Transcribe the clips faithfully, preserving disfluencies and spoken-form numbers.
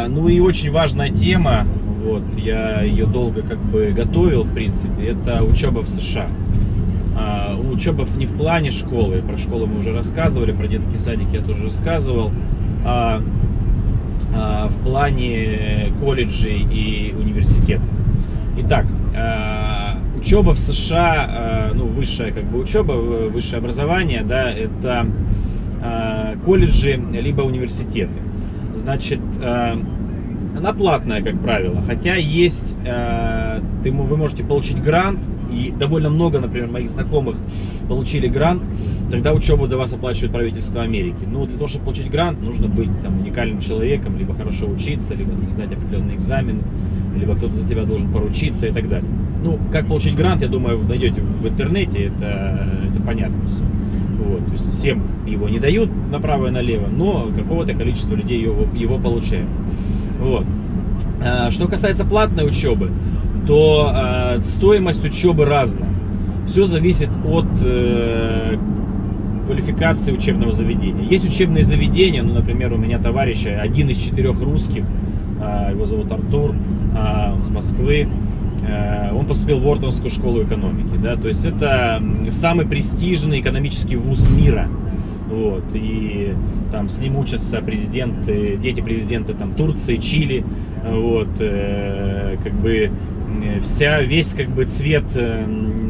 Ну и очень важная тема, вот, я ее долго как бы готовил, в принципе, это учеба в США. А, учеба не в плане школы, про школу мы уже рассказывали, про детский садик я тоже рассказывал, а, а в плане колледжей и университетов. Итак, а, учеба в США, а, ну, высшая как бы учеба, высшее образование, да, это а, колледжи либо университеты. Значит, а, она платная, как правило, хотя есть, а, ты, вы можете получить грант, и довольно много, например, моих знакомых получили грант, тогда учебу за вас оплачивает правительство Америки. Но для того, чтобы получить грант, нужно быть там уникальным человеком, либо хорошо учиться, либо там, сдать определенные экзамены, либо кто-то за тебя должен поручиться и так далее. Ну, как получить грант, я думаю, вы найдете в интернете, это, это понятно все. Вот, то есть всем его не дают направо и налево, но какого-то количества людей его, его получают. Вот. Что касается платной учебы, то э, стоимость учебы разная. Все зависит от э, квалификации учебного заведения. Есть учебные заведения, ну, например, у меня товарищ, один из четырех русских, э, его зовут Артур, э, он с Москвы, э, он поступил в Уортонскую школу экономики. Да, то есть это самый престижный экономический вуз мира. Вот, и там с ним учатся президенты, дети президента там, Турции, Чили, вот, э, как бы вся, весь как бы цвет э,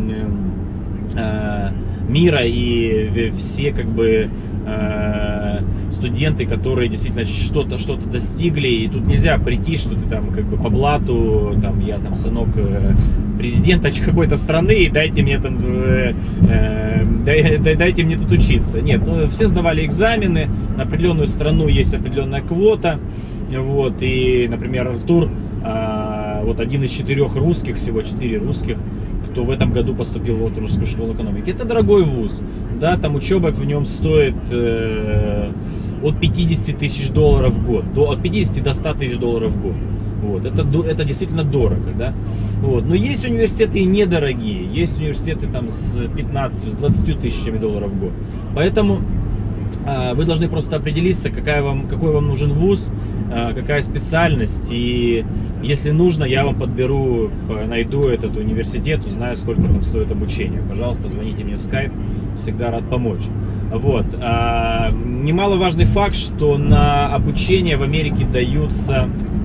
э, мира и все как бы э, студенты, которые действительно что-то что-то достигли, и тут нельзя прийти, что ты там как бы по блату, там я там сынок э, президента какой-то страны, и дайте мне там э, э, дай, дайте мне тут учиться. Нет, ну, все сдавали экзамены, на определенную страну есть определенная квота, вот, и, например, Артур э, вот один из четырех русских, всего четыре русских, кто в этом году поступил в Уортонскую школу экономики. Это дорогой вуз, да, там учеба в нем стоит э, от пятидесяти тысяч долларов в год, до, от пятидесяти до ста тысяч долларов в год. Вот, это, это действительно дорого, да. Вот. Но есть университеты и недорогие, есть университеты там с пятнадцатью, с двадцатью тысячами долларов в год. Поэтому э, вы должны просто определиться, какая вам, какой вам нужен вуз, э, какая специальность, и если нужно, я вам подберу, найду этот университет, узнаю, сколько там стоит обучение. Пожалуйста, звоните мне в скайп, всегда рад помочь. Вот. А, немаловажный факт, что на обучение в Америке даются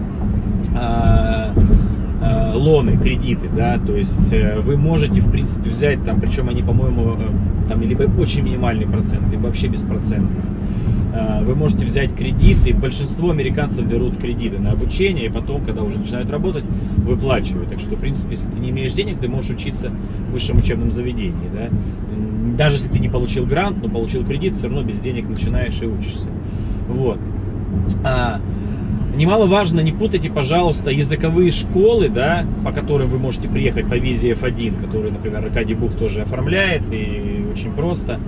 а, а, лоны, кредиты, да, то есть вы можете, в принципе, взять там, причем они, по-моему, там либо очень минимальный процент, либо вообще беспроцентный. Вы можете взять кредиты, большинство американцев берут кредиты на обучение, и потом, когда уже начинают работать, выплачивают. Так что, в принципе, если ты не имеешь денег, ты можешь учиться в высшем учебном заведении. Да? Даже если ты не получил грант, но получил кредит, все равно без денег начинаешь и учишься. Вот. А, немаловажно, не путайте, пожалуйста, языковые школы, да, по которым вы можете приехать по визе эф один, который, например, Аркадий Бух тоже оформляет, и очень просто,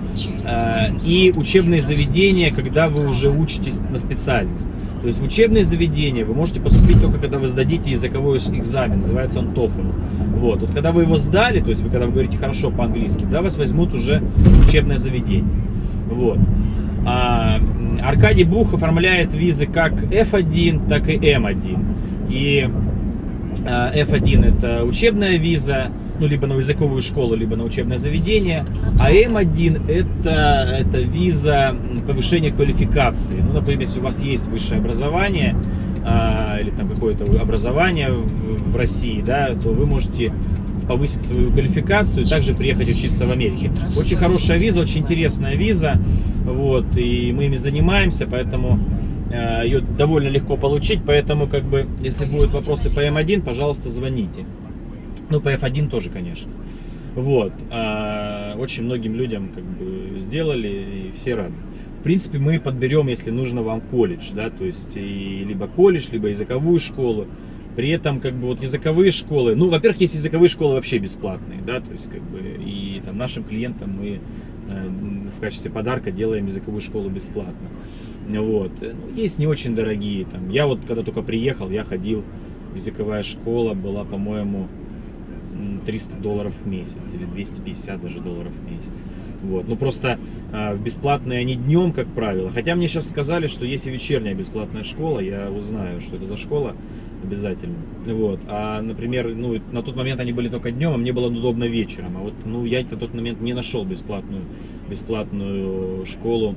и учебные заведения, когда вы уже учитесь на специальность. То есть в учебные заведения вы можете поступить только когда вы сдадите языковой экзамен, называется он тофл. Вот. Вот когда вы его сдали, то есть вы когда вы говорите хорошо по-английски, да, вас возьмут уже в учебное заведение. Вот. А Аркадий Бух оформляет визы как эф один, так и эм один. И эф один это учебная виза, ну, либо на языковую школу, либо на учебное заведение, а эм один это, это виза повышения квалификации. Ну, например, если у вас есть высшее образование, а, или там какое-то образование в, в России, да, то вы можете повысить свою квалификацию и также приехать учиться в Америке. Очень хорошая виза, очень интересная виза, вот, и мы ими занимаемся, поэтому э, ее довольно легко получить, поэтому, как бы, если будут вопросы по эм один, пожалуйста, звоните. Ну, по эф один тоже, конечно. Вот. А, очень многим людям как бы сделали, и все рады. В принципе, мы подберем, если нужно вам колледж, да, то есть и либо колледж, либо языковую школу. При этом, как бы, вот языковые школы, ну, во-первых, есть языковые школы вообще бесплатные, да, то есть, как бы, и там нашим клиентам мы э, в качестве подарка делаем языковую школу бесплатно. Вот. Ну, есть не очень дорогие, там, я вот, когда только приехал, я ходил, языковая школа была, по-моему, триста долларов в месяц или двести пятьдесят даже долларов в месяц. Вот. Ну просто э, бесплатные они днем, как правило. Хотя мне сейчас сказали, что есть и вечерняя бесплатная школа, я узнаю, что это за школа обязательно. Вот. А, например, ну, на тот момент они были только днем, а мне было удобно вечером. А вот ну, я на тот момент не нашел бесплатную, бесплатную школу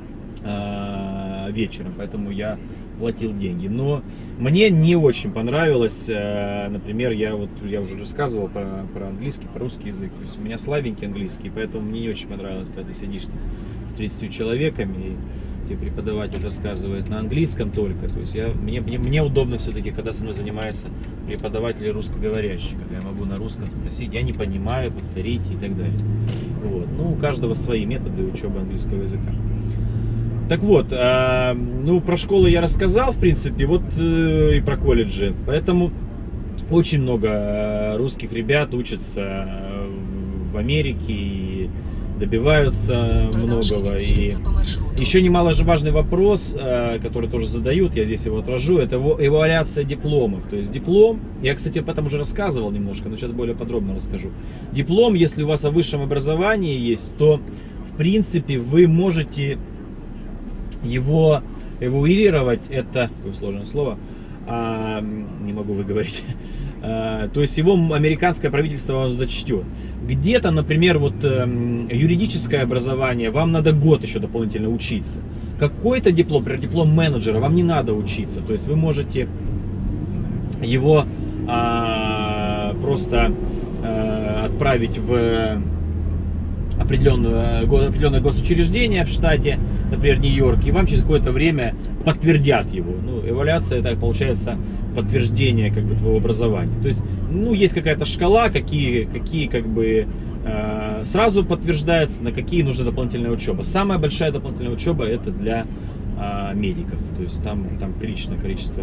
э, вечером, поэтому я платил деньги. Но мне не очень понравилось, например, я вот я уже рассказывал про, про английский, про русский язык. То есть у меня слабенький английский, поэтому мне не очень понравилось, когда ты сидишь там с тридцатью человеками и тебе преподаватель рассказывает на английском только. То есть я, мне, мне, мне удобно все-таки, когда со мной занимается преподаватель русскоговорящий, когда я могу на русском спросить, я не понимаю, повторить и так далее. Вот. Ну, у каждого свои методы учебы английского языка. Так вот, э, ну про школы я рассказал, в принципе, вот э, и про колледжи. Поэтому очень много русских ребят учатся в Америке и добиваются многого. И еще немаловажный вопрос, э, который тоже задают, я здесь его отражу, это эвалюация дипломов. То есть диплом, я, кстати, об этом уже рассказывал немножко, но сейчас более подробно расскажу. Диплом, если у вас о высшем образовании есть, то в принципе вы можете его эвалуировать, это какое сложное слово, а, не могу выговорить, а, то есть его американское правительство вам зачтет. Где-то, например, вот юридическое образование, вам надо год еще дополнительно учиться. Какой-то диплом, например, диплом менеджера, вам не надо учиться, то есть вы можете его а, просто а, отправить в определенное, определенное госучреждение в штате, например, Нью-Йорк, и вам через какое-то время подтвердят его. Ну, эвалюация, это получается подтверждение как бы твоего образования. То есть, ну, есть какая-то шкала, какие, какие как бы э, сразу подтверждаются, на какие нужна дополнительная учеба. Самая большая дополнительная учеба это для э, медиков. То есть там, там приличное количество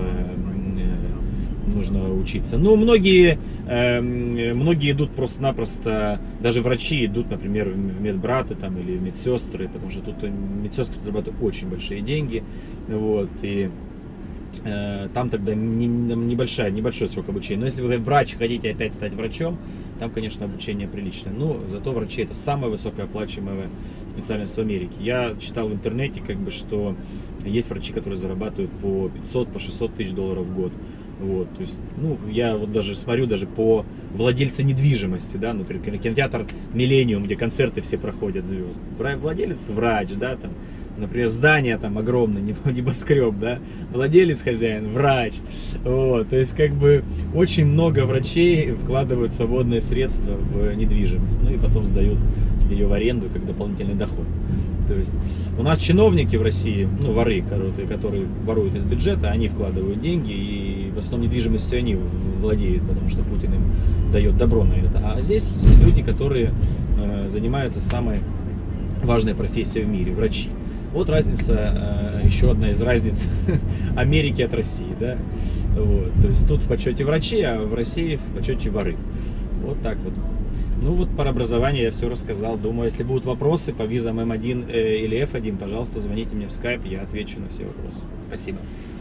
э, нужно учиться. Но многие, э, многие идут просто-напросто, даже врачи идут, например, в медбраты там, или в медсестры, потому что тут медсестры зарабатывают очень большие деньги. Вот, и э, там тогда не, небольшая, небольшой срок обучения. Но если вы врач, хотите опять стать врачом, там, конечно, обучение приличное. Но зато врачи это самая высокооплачиваемая специальность в Америке. Я читал в интернете, как бы, что есть врачи, которые зарабатывают по пятьсот, по шестьсот тысяч долларов в год. Вот, то есть, ну, я вот даже смотрю даже по владельцу недвижимости, да, например, кинотеатр Миллениум, где концерты все проходят звезд. Владелец врач, да, там, например, здание там огромное, небоскреб, да, владелец, хозяин, врач. Вот, то есть, как бы, очень много врачей вкладывают свободные средства в недвижимость, ну и потом сдают ее в аренду как дополнительный доход. То есть у нас чиновники в России, ну, воры, которые, которые воруют из бюджета, они вкладывают деньги, и в основном недвижимостью они владеют, потому что Путин им дает добро на это. А здесь люди, которые э, занимаются самой важной профессией в мире, врачи. Вот разница, э, еще одна из разниц Америки от России, да. Вот. То есть тут в почете врачи, а в России в почете воры. Вот так вот. Ну вот про образование я все рассказал. Думаю, если будут вопросы по визам эм один или эф один, пожалуйста, звоните мне в скайп, я отвечу на все вопросы. Спасибо.